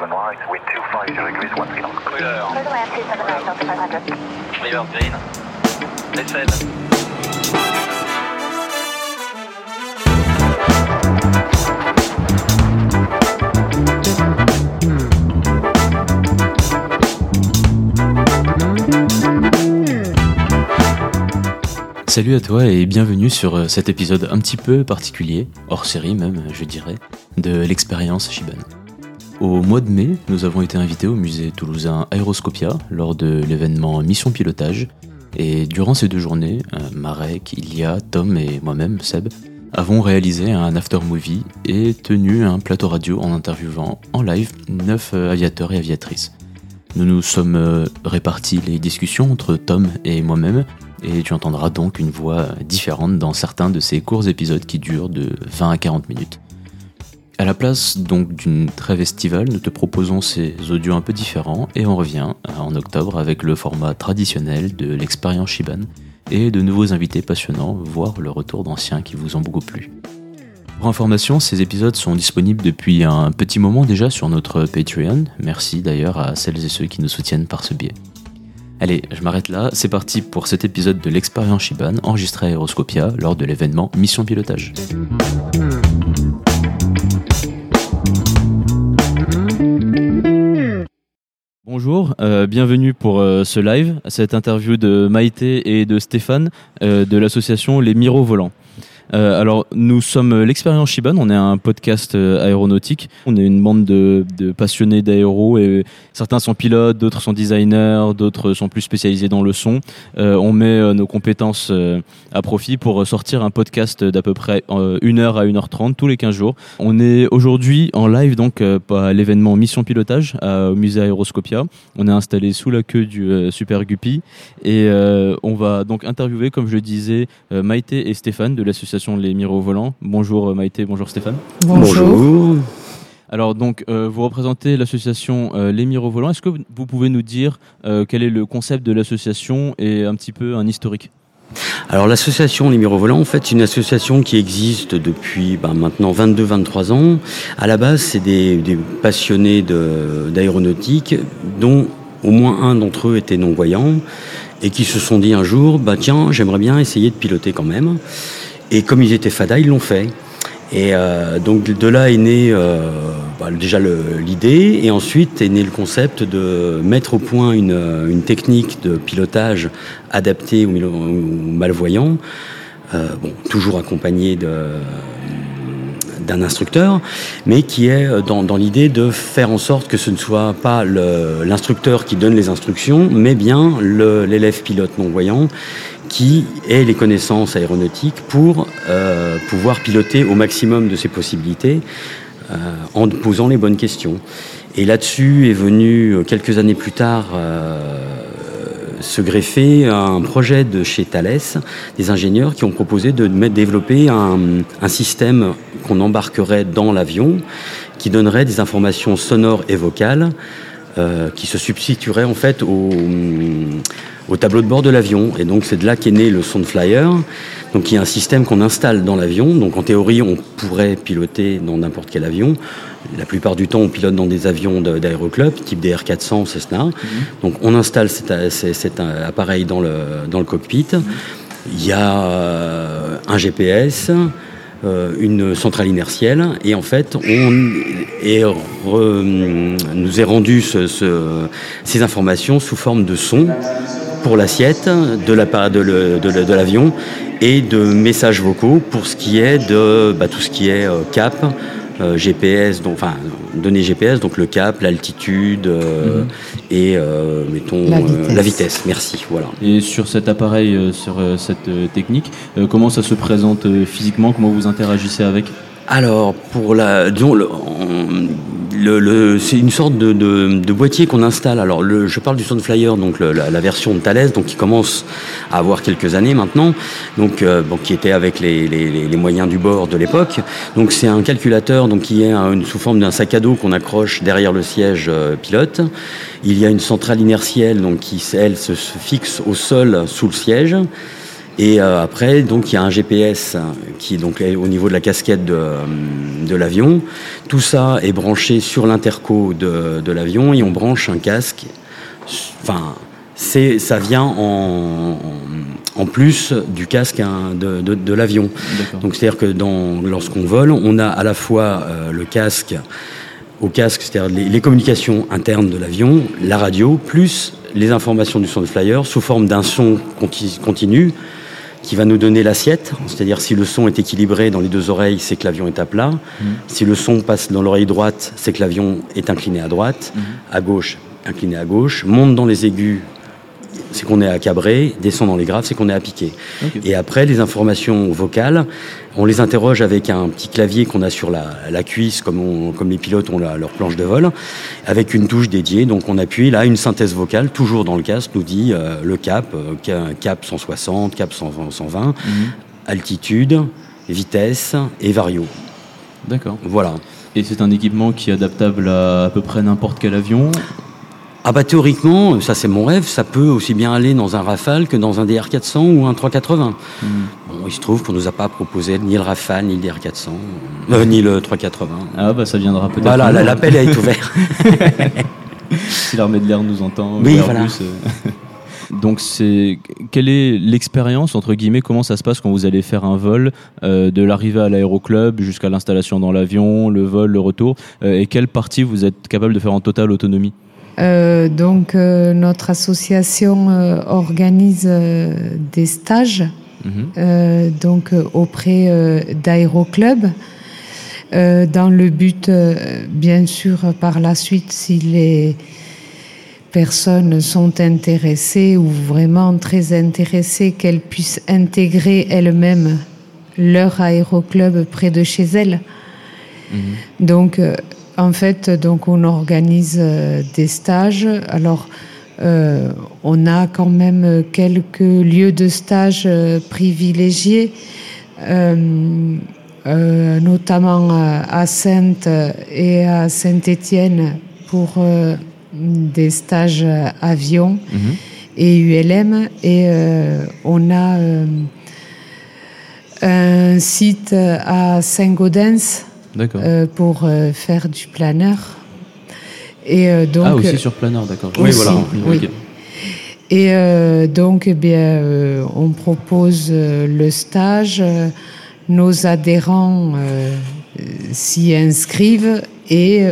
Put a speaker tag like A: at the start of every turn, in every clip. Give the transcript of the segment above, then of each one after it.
A: right, wind 250 degrees, 1 3 knots.
B: Clear.
C: Clear to land 279, Delta 500.
B: River green. Descend.
D: Salut à toi et bienvenue sur cet épisode un petit peu particulier, hors série même je dirais, de l'expérience Shiban. Au mois de mai, nous avons été invités au musée toulousain Aéroscopia lors de l'événement Mission Pilotage et durant ces 2 journées, Marek, Ilia, Tom et moi-même, Seb, avons réalisé un after-movie et tenu un plateau radio en interviewant en live 9 aviateurs et aviatrices. Nous nous sommes répartis les discussions entre Tom et moi-même et tu entendras donc une voix différente dans certains de ces courts épisodes qui durent de 20 à 40 minutes. À la place donc d'une trêve estivale, nous te proposons ces audios un peu différents et on revient en octobre avec le format traditionnel de l'expérience Shiban et de nouveaux invités passionnants, voire le retour d'anciens qui vous ont beaucoup plu. Pour information, ces épisodes sont disponibles depuis un petit moment déjà sur notre Patreon. Merci d'ailleurs à celles et ceux qui nous soutiennent par ce biais. Allez, je m'arrête là, c'est parti pour cet épisode de l'expérience Shiban enregistré à Aéroscopia lors de l'événement Mission Pilotage. Bonjour, bienvenue pour ce live, cette interview de Maïté et de Stéphane de l'association Les Miros Volants. Alors, nous sommes l'expérience Shiban, on est un podcast aéronautique. On est une bande de passionnés d'aéro et certains sont pilotes, d'autres sont designers, d'autres sont plus spécialisés dans le son. On met nos compétences à profit pour sortir un podcast d'à peu près 1h à 1h30 tous les 15 jours. On est aujourd'hui en live donc à l'événement Mission Pilotage au musée Aéroscopia. On est installé sous la queue du Super Guppy et on va donc interviewer, comme je le disais, Maïté et Stéphane de l'association Les Miros Volants. Bonjour Maïté, bonjour Stéphane.
E: Bonjour.
D: Alors donc vous représentez l'association Les Miros Volants. Est-ce que vous pouvez nous dire quel est le concept de l'association et un petit peu un historique ?
E: Alors l'association Les Miros Volants, en fait, c'est une association qui existe depuis maintenant 22-23 ans. À la base, c'est des passionnés d'aéronautique, dont au moins un d'entre eux était non-voyant, et qui se sont dit un jour, tiens, j'aimerais bien essayer de piloter quand même. Et comme ils étaient fada, ils l'ont fait. Et donc de là est née déjà l'idée, et ensuite est né le concept de mettre au point une technique de pilotage adaptée aux malvoyants, toujours accompagnée d'un instructeur, mais qui est dans l'idée de faire en sorte que ce ne soit pas l'instructeur qui donne les instructions, mais bien l'élève pilote non-voyant qui ait les connaissances aéronautiques pour pouvoir piloter au maximum de ses possibilités en posant les bonnes questions. Et là-dessus est venu, quelques années plus tard, se greffer un projet de chez Thales, des ingénieurs qui ont proposé de développer un système qu'on embarquerait dans l'avion, qui donnerait des informations sonores et vocales, qui se substituerait en fait au tableau de bord de l'avion. Et donc c'est de là qu'est né le Soundflyer, donc qui est un système qu'on installe dans l'avion. Donc en théorie on pourrait piloter dans n'importe quel avion. La plupart du temps on pilote dans des avions d'aéroclub type des R400, Cessna. Donc on installe cet appareil dans le cockpit. Il y a un GPS, une centrale inertielle, et en fait nous est rendu ces informations sous forme de son pour l'assiette de l'avion et de messages vocaux pour ce qui est de tout ce qui est cap, GPS, données GPS, donc le cap, l'altitude et mettons la vitesse. Merci. Voilà.
D: Et sur cet appareil, sur cette technique, comment ça se présente physiquement ? Comment vous interagissez avec ?
E: Alors, pour c'est une sorte de boîtier qu'on installe. Alors, je parle du Soundflyer, donc la version de Thales, donc qui commence à avoir quelques années maintenant, donc qui était avec les moyens du bord de l'époque. Donc, c'est un calculateur, donc qui est sous forme d'un sac à dos qu'on accroche derrière le siège pilote. Il y a une centrale inertielle, donc qui elle se fixe au sol sous le siège. Et après, donc, il y a un GPS qui donc est au niveau de la casquette de l'avion. Tout ça est branché sur l'interco de l'avion et on branche un casque. Enfin, ça vient en plus du casque de l'avion.
D: D'accord.
E: Donc, c'est-à-dire que lorsqu'on vole, on a à la fois le casque, c'est-à-dire les communications internes de l'avion, la radio, plus les informations du sound flyer sous forme d'un son continu qui va nous donner l'assiette, c'est-à-dire si le son est équilibré dans les deux oreilles, c'est que l'avion est à plat. Si le son passe dans l'oreille droite, c'est que l'avion est incliné à droite, à gauche, incliné à gauche, monte dans les aigus, c'est qu'on est à cabré, descend dans les graves, c'est qu'on est à piqué.
D: Okay.
E: Et après, les informations vocales, on les interroge avec un petit clavier qu'on a sur la cuisse, comme les pilotes ont leur planche de vol, avec une touche dédiée. Donc on appuie là, une synthèse vocale, toujours dans le casque, nous dit le cap 160, cap 120, altitude, vitesse et vario.
D: D'accord.
E: Voilà.
D: Et c'est un équipement qui est adaptable à peu près n'importe quel avion?
E: Ah bah théoriquement, ça c'est mon rêve, ça peut aussi bien aller dans un Rafale que dans un DR400 ou un 380. Bon, il se trouve qu'on nous a pas proposé ni le Rafale, ni le DR400, ni le 380.
D: Ah bah ça viendra peut-être.
E: Voilà, l'appel est ouvert.
D: Si l'armée de l'air nous entend.
E: Oui,
D: Airbus,
E: voilà.
D: Donc quelle est l'expérience, entre guillemets, comment ça se passe quand vous allez faire un vol, de l'arrivée à l'aéroclub jusqu'à l'installation dans l'avion, le vol, le retour, et quelle partie vous êtes capable de faire en totale autonomie?
B: Notre association organise des stages auprès d'aéroclubs dans le but, bien sûr, par la suite, si les personnes sont intéressées ou vraiment très intéressées, qu'elles puissent intégrer elles-mêmes leur aéroclub près de chez elles. Donc, en fait, on organise des stages. Alors, on a quand même quelques lieux de stage privilégiés, notamment à Saintes et à Saint-Étienne pour des stages avion et ULM. Et on a un site à Saint-Gaudens.
D: D'accord.
B: Pour faire du planeur. Et
D: aussi sur planeur, d'accord.
B: Oui,
D: voilà.
B: Oui.
D: Okay.
B: Et on propose le stage. Nos adhérents s'y inscrivent et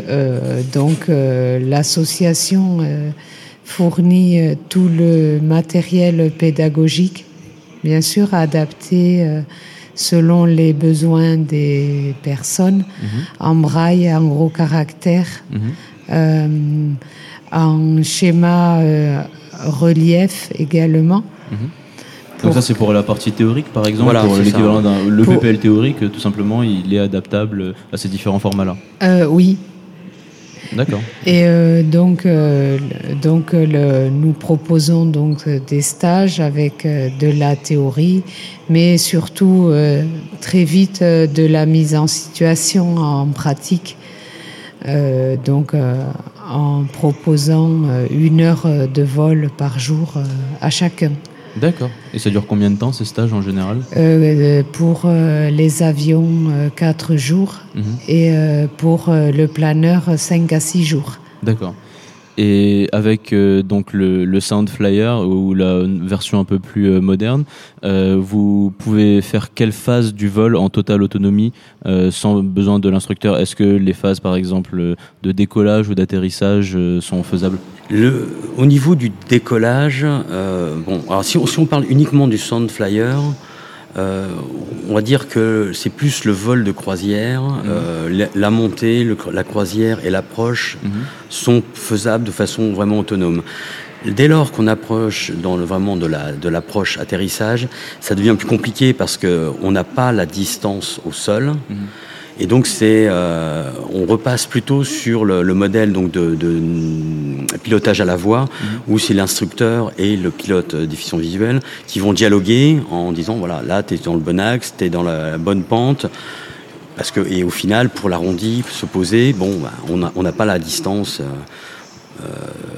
B: l'association fournit tout le matériel pédagogique, bien sûr adapté selon les besoins des personnes, en braille, en gros caractères, en schéma relief également.
D: Donc ça c'est pour la partie théorique par exemple,
E: voilà,
D: pour l'équivalent le
B: pour...
D: PPL théorique, tout simplement il est adaptable à ces différents formats-là.
B: Oui.
D: D'accord.
B: Et nous proposons donc des stages avec de la théorie, mais surtout très vite de la mise en situation en pratique. En proposant 1 heure de vol par jour à chacun.
D: D'accord. Et ça dure combien de temps ces stages en général?
B: Pour les avions, 4 jours et pour le planeur, 5 à 6 jours.
D: D'accord. Et avec donc le Sound Flyer ou la version un peu plus moderne, vous pouvez faire quelle phase du vol en totale autonomie sans besoin de l'instructeur? Est-ce que les phases par exemple de décollage ou d'atterrissage sont faisables?
E: Au niveau du décollage, alors si on parle uniquement du Sound Flyer, on va dire que c'est plus le vol de croisière, la montée, la croisière et l'approche sont faisables de façon vraiment autonome. Dès lors qu'on approche vraiment de l'approche atterrissage, ça devient plus compliqué parce qu'on n'a pas la distance au sol. Et donc on repasse plutôt sur le modèle donc de pilotage à la voix, où c'est l'instructeur et le pilote diffusion visuelle qui vont dialoguer en disant voilà, là t'es dans le bon axe, t'es dans la bonne pente, et au final pour l'arrondi se poser, on n'a pas la distance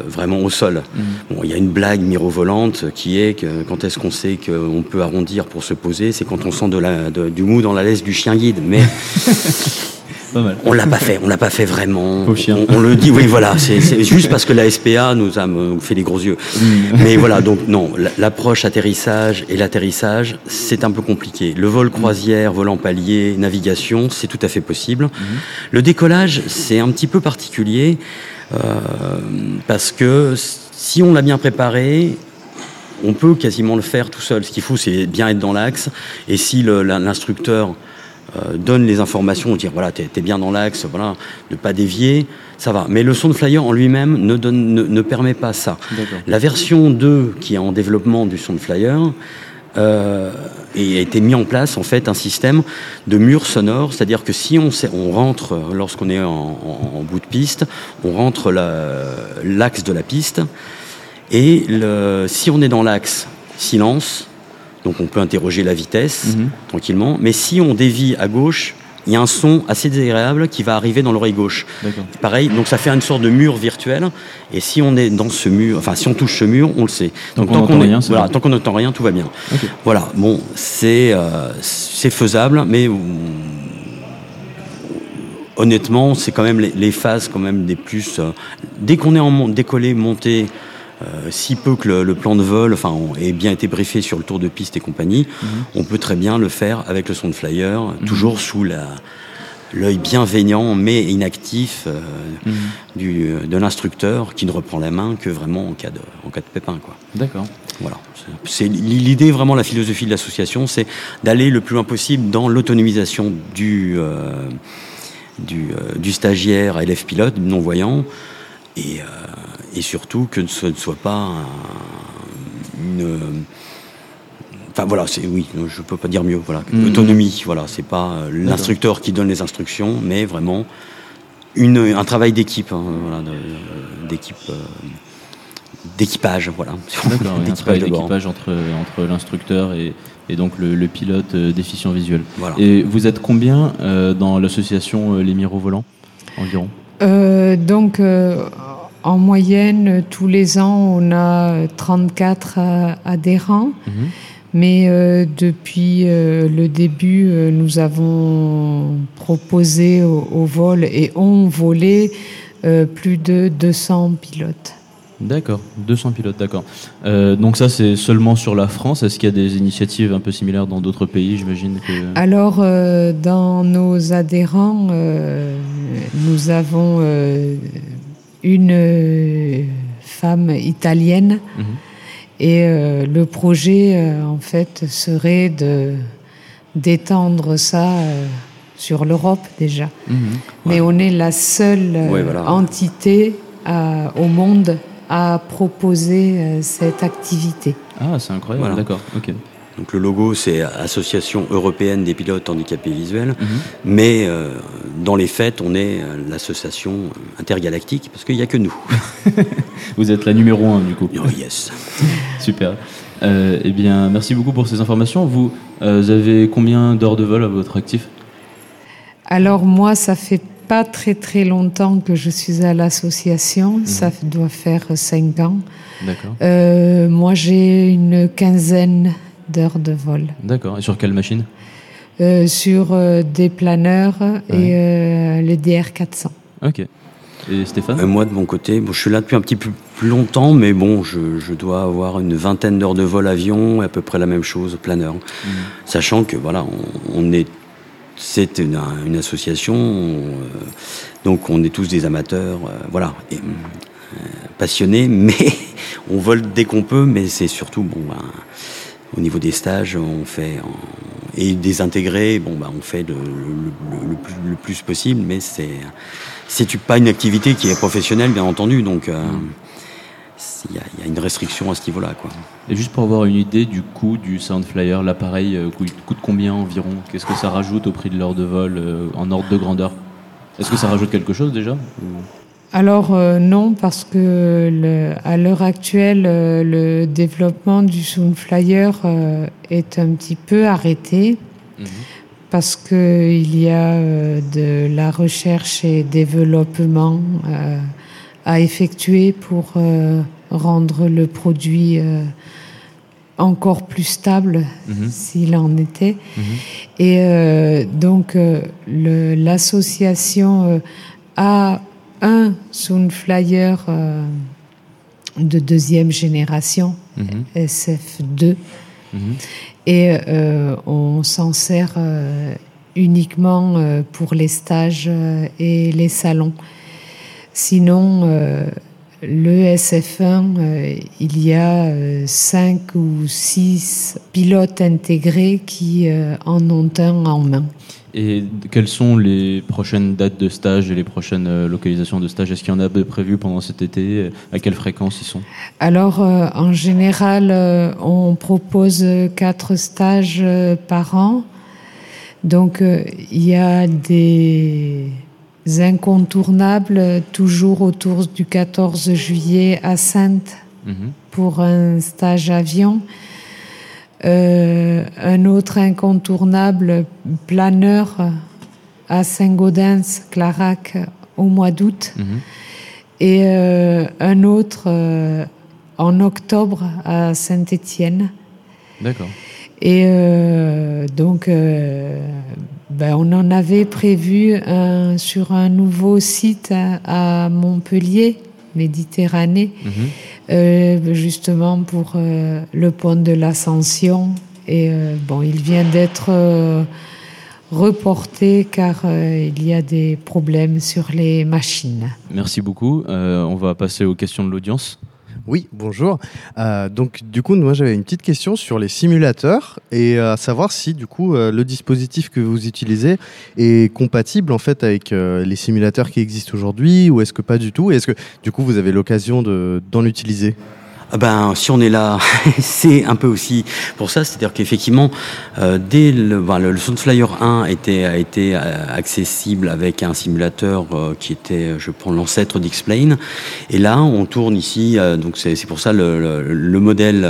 E: vraiment au sol. Bon, il y a une blague mirovolante qui est que quand est-ce qu'on sait qu'on peut arrondir pour se poser, c'est quand on sent du mou dans la laisse du chien guide. Mais
D: Pas mal.
E: on l'a pas fait vraiment.
D: Au chien.
E: On le dit, oui, voilà. C'est juste parce que la SPA nous a fait les gros yeux. Mais voilà, donc non, l'approche atterrissage et l'atterrissage, c'est un peu compliqué. Le vol croisière, vol en palier, navigation, c'est tout à fait possible. Le décollage, c'est un petit peu particulier parce que si on l'a bien préparé, on peut quasiment le faire tout seul. Ce qu'il faut, c'est bien être dans l'axe. Et si l'instructeur donne les informations, dire voilà, t'es bien dans l'axe, voilà, ne pas dévier, ça va. Mais le Sound Flyer en lui-même ne permet pas ça.
D: D'accord.
E: La version 2 qui est en développement du Sound Flyer a été mis en place en fait un système de murs sonores, c'est-à-dire que si on rentre, lorsqu'on est en bout de piste, on rentre l'axe de la piste, et si on est dans l'axe, silence. Donc on peut interroger la vitesse tranquillement, mais si on dévie à gauche, il y a un son assez désagréable qui va arriver dans l'oreille gauche.
D: D'accord.
E: Pareil, donc ça fait une sorte de mur virtuel, et si on est dans ce mur, enfin si on touche ce mur, on le sait.
D: Donc tant qu'on
E: n'entend rien, tout va bien.
D: Okay.
E: Voilà, bon, c'est faisable, mais honnêtement, c'est quand même les phases quand même des plus. Dès qu'on est en décollé, monté. Si peu que le plan de vol ait bien été briefé sur le tour de piste et compagnie, on peut très bien le faire avec le Sound Flyer, toujours sous l'œil bienveillant mais inactif de l'instructeur qui ne reprend la main que vraiment en cas de pépin, quoi. D'accord. Voilà. C'est l'idée, vraiment, la philosophie de l'association, c'est d'aller le plus loin possible dans l'autonomisation du stagiaire à élève pilote, non-voyant, et surtout que ce ne soit pas enfin voilà, oui, je peux pas dire mieux. Voilà, autonomie. Voilà, c'est pas l'instructeur qui donne les instructions, mais vraiment un travail d'équipe, voilà, d'équipage, voilà.
D: D'accord, un travail d'équipage entre l'instructeur et donc le pilote déficient visuel. Voilà. Et vous êtes combien dans l'association Les Mirovolants environ?
B: En moyenne, tous les ans, on a 34 adhérents. Mais depuis le début, nous avons proposé au vol et ont volé plus de 200 pilotes.
D: D'accord, 200 pilotes, d'accord. Donc ça, c'est seulement sur la France. Est-ce qu'il y a des initiatives un peu similaires dans d'autres pays, j'imagine que...
B: Alors, dans nos adhérents, nous avons... une femme italienne et le projet en fait serait d'étendre ça sur l'Europe déjà. Mais on est la seule entité au monde à proposer cette activité.
D: Ah, c'est incroyable, d'accord, ok.
E: Donc le logo, c'est Association européenne des pilotes handicapés visuels, mais dans les faits, on est l'association intergalactique, parce qu'il n'y a que nous.
D: Vous êtes la numéro 1, du coup.
E: Oh yes.
D: Super. Eh bien, merci beaucoup pour ces informations. Vous avez combien d'heures de vol à votre actif?
B: Alors moi, ça fait pas très très longtemps que je suis à l'association. Ça doit faire 5 ans. D'accord. Moi, j'ai une quinzaine d'heures de vol.
D: D'accord. Et sur quelle machine?
B: Sur des planeurs et les DR400.
D: Ok. Et Stéphane?
E: Moi, de mon côté, je suis là depuis un petit peu plus longtemps, mais bon, je dois avoir une vingtaine d'heures de vol avion et à peu près la même chose planeur. Sachant que voilà, c'est une association, donc on est tous des amateurs, voilà, passionnés, mais on vole dès qu'on peut, mais c'est surtout au niveau des stages, on fait et des intégrés, on fait le plus possible, mais c'est pas une activité qui est professionnelle, bien entendu, donc il y a une restriction à ce niveau-là, quoi.
D: Et juste pour avoir une idée du coût du Sound Flyer, l'appareil coûte combien environ? Qu'est-ce que ça rajoute au prix de l'heure de vol en ordre de grandeur? Est-ce que ça rajoute quelque chose déjà?
B: Alors non, parce que à l'heure actuelle, le développement du Sound Flyer est un petit peu arrêté parce qu'il y a de la recherche et développement à effectuer pour rendre le produit encore plus stable s'il en était. Et donc l'association a un Soundflyer de deuxième génération, SF2, et on s'en sert uniquement pour les stages et les salons. Sinon, le SF1, il y a 5 ou 6 pilotes intégrés qui en ont un en main.
D: Et quelles sont les prochaines dates de stage et les prochaines localisations de stage? Est-ce qu'il y en a de prévues pendant cet été? À quelle fréquence ils sont?
B: Alors, en général, on propose 4 stages par an. Donc, il y a des incontournables, toujours autour du 14 juillet à Saintes pour un stage avion. Un autre incontournable, planeur à Saint-Gaudens, Clarac, au mois d'août. Et un autre en octobre à Saint-Étienne.
D: D'accord.
B: Et donc, on en avait prévu un sur un nouveau site à Montpellier, Méditerranée, justement pour le pont de l'Ascension. Et il vient d'être reporté car il y a des problèmes sur les machines.
D: Merci beaucoup. On va passer aux questions de l'audience.
F: Oui, bonjour. Donc du coup, moi j'avais une petite question sur les simulateurs et à savoir si du coup le dispositif que vous utilisez est compatible en fait avec les simulateurs qui existent aujourd'hui, ou est-ce que pas du tout, et est-ce que du coup vous avez l'occasion d'en utiliser?
E: Si on est là, c'est un peu aussi pour ça, c'est-à-dire qu'effectivement, dès le Soundflyer 1 a été accessible avec un simulateur qui était, je prends l'ancêtre d'X-Plane, et là on tourne ici, donc c'est pour ça le modèle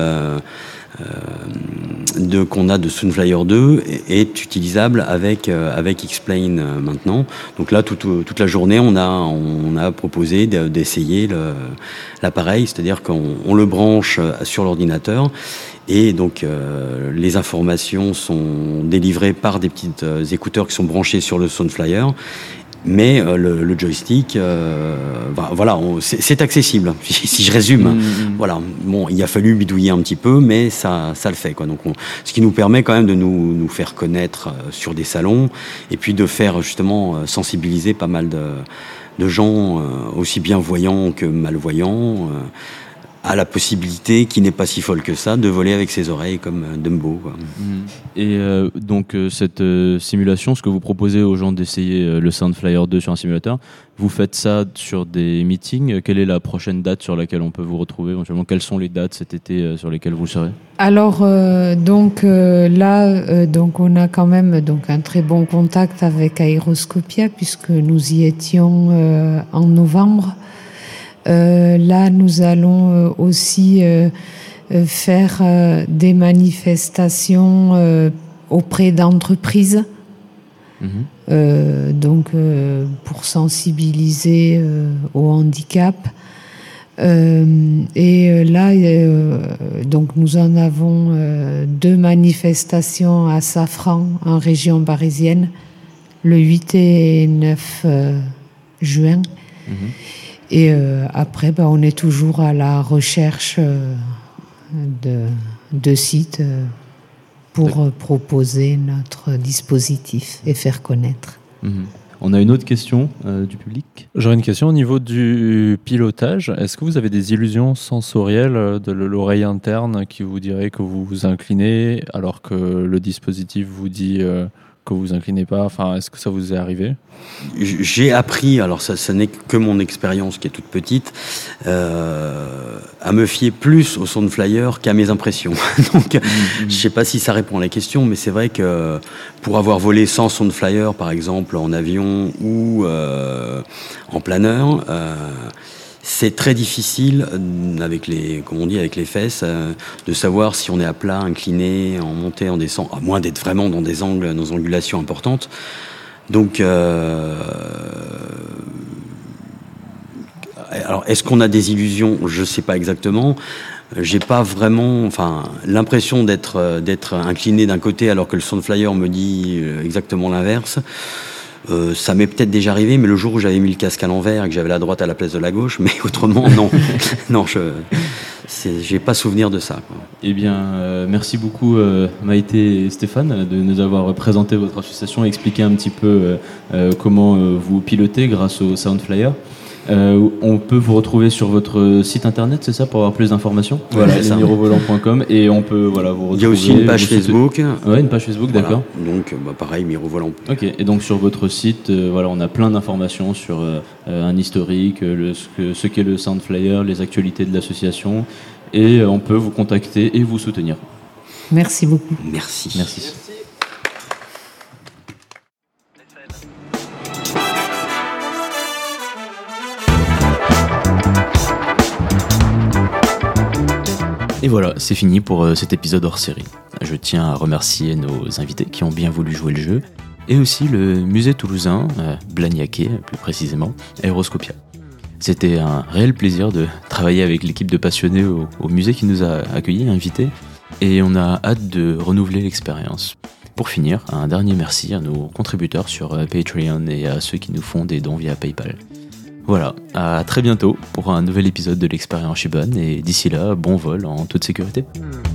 E: qu'on a de Soundflyer 2 est utilisable avec X-Plane maintenant. Donc là, toute la journée, on a proposé d'essayer l'appareil, c'est-à-dire qu'on le branche sur l'ordinateur, et donc les informations sont délivrées par des petits écouteurs qui sont branchés sur le Soundflyer. Mais le joystick, c'est accessible. Si je résume, voilà. Bon, il a fallu bidouiller un petit peu, mais ça le fait, quoi. Donc, ce qui nous permet quand même de nous faire connaître sur des salons, et puis de faire justement sensibiliser pas mal de gens, aussi bien voyants que malvoyants, à la possibilité, qui n'est pas si folle que ça, de voler avec ses oreilles comme Dumbo, quoi.
D: Et donc cette simulation, ce que vous proposez aux gens d'essayer le Soundflyer 2 sur un simulateur, vous faites ça sur des meetings. Quelle est la prochaine date sur laquelle on peut vous retrouver éventuellement? Quelles sont les dates cet été sur lesquelles vous serez?
B: Alors là, on a quand même un très bon contact avec Aeroscopia, puisque nous y étions en novembre. Là, nous allons aussi faire des manifestations auprès d'entreprises, pour sensibiliser au handicap. Et là, nous en avons 2 manifestations à Safran, en région parisienne, le 8 et 9 juin. Et après, on est toujours à la recherche de sites pour proposer notre dispositif et faire connaître.
D: On a une autre question du public.
G: J'aurais une question au niveau du pilotage. Est-ce que vous avez des illusions sensorielles de l'oreille interne qui vous dirait que vous vous inclinez alors que le dispositif vous dit que vous vous inclinez pas? Enfin, est-ce que ça vous est arrivé?
E: J'ai appris, alors ça n'est que mon expérience qui est toute petite, à me fier plus au Soundflyer qu'à mes impressions. Donc, je sais pas si ça répond à la question, mais c'est vrai que pour avoir volé sans Soundflyer, par exemple, en avion ou en planeur, c'est très difficile avec avec les fesses, de savoir si on est à plat, incliné, en montée, en descente, à moins d'être vraiment dans des angulations importantes. Donc, alors Alors, est-ce qu'on a des illusions ? Je ne sais pas exactement. J'ai pas vraiment, l'impression d'être incliné d'un côté alors que le Soundflyer me dit exactement l'inverse. Ça m'est peut-être déjà arrivé, mais le jour où j'avais mis le casque à l'envers et que j'avais la droite à la place de la gauche, mais autrement, non. Non, j'ai pas souvenir de ça, quoi.
D: Eh bien, merci beaucoup Maïté et Stéphane de nous avoir présenté votre association et expliqué un petit peu comment vous pilotez grâce au Soundflyer. On peut vous retrouver sur votre site internet, c'est ça, pour avoir plus d'informations. Voilà, mirovolant.com, et on peut vous retrouver.
E: Il y a aussi une page Facebook.
D: Ouais, une page Facebook,
E: voilà.
D: D'accord.
E: Donc, pareil, Mirovolant.
D: Ok, et donc sur votre site, on a plein d'informations sur un historique, ce qu'est le Soundflyer, les actualités de l'association, et on peut vous contacter et vous soutenir.
B: Merci beaucoup.
E: Merci.
D: Merci. Et voilà, c'est fini pour cet épisode hors série. Je tiens à remercier nos invités qui ont bien voulu jouer le jeu, et aussi le musée toulousain, Blagnaquet plus précisément, Aéroscopia. C'était un réel plaisir de travailler avec l'équipe de passionnés au musée qui nous a accueillis, invités, et on a hâte de renouveler l'expérience. Pour finir, un dernier merci à nos contributeurs sur Patreon et à ceux qui nous font des dons via PayPal. Voilà, à très bientôt pour un nouvel épisode de l'expérience Shibane, et d'ici là, bon vol en toute sécurité.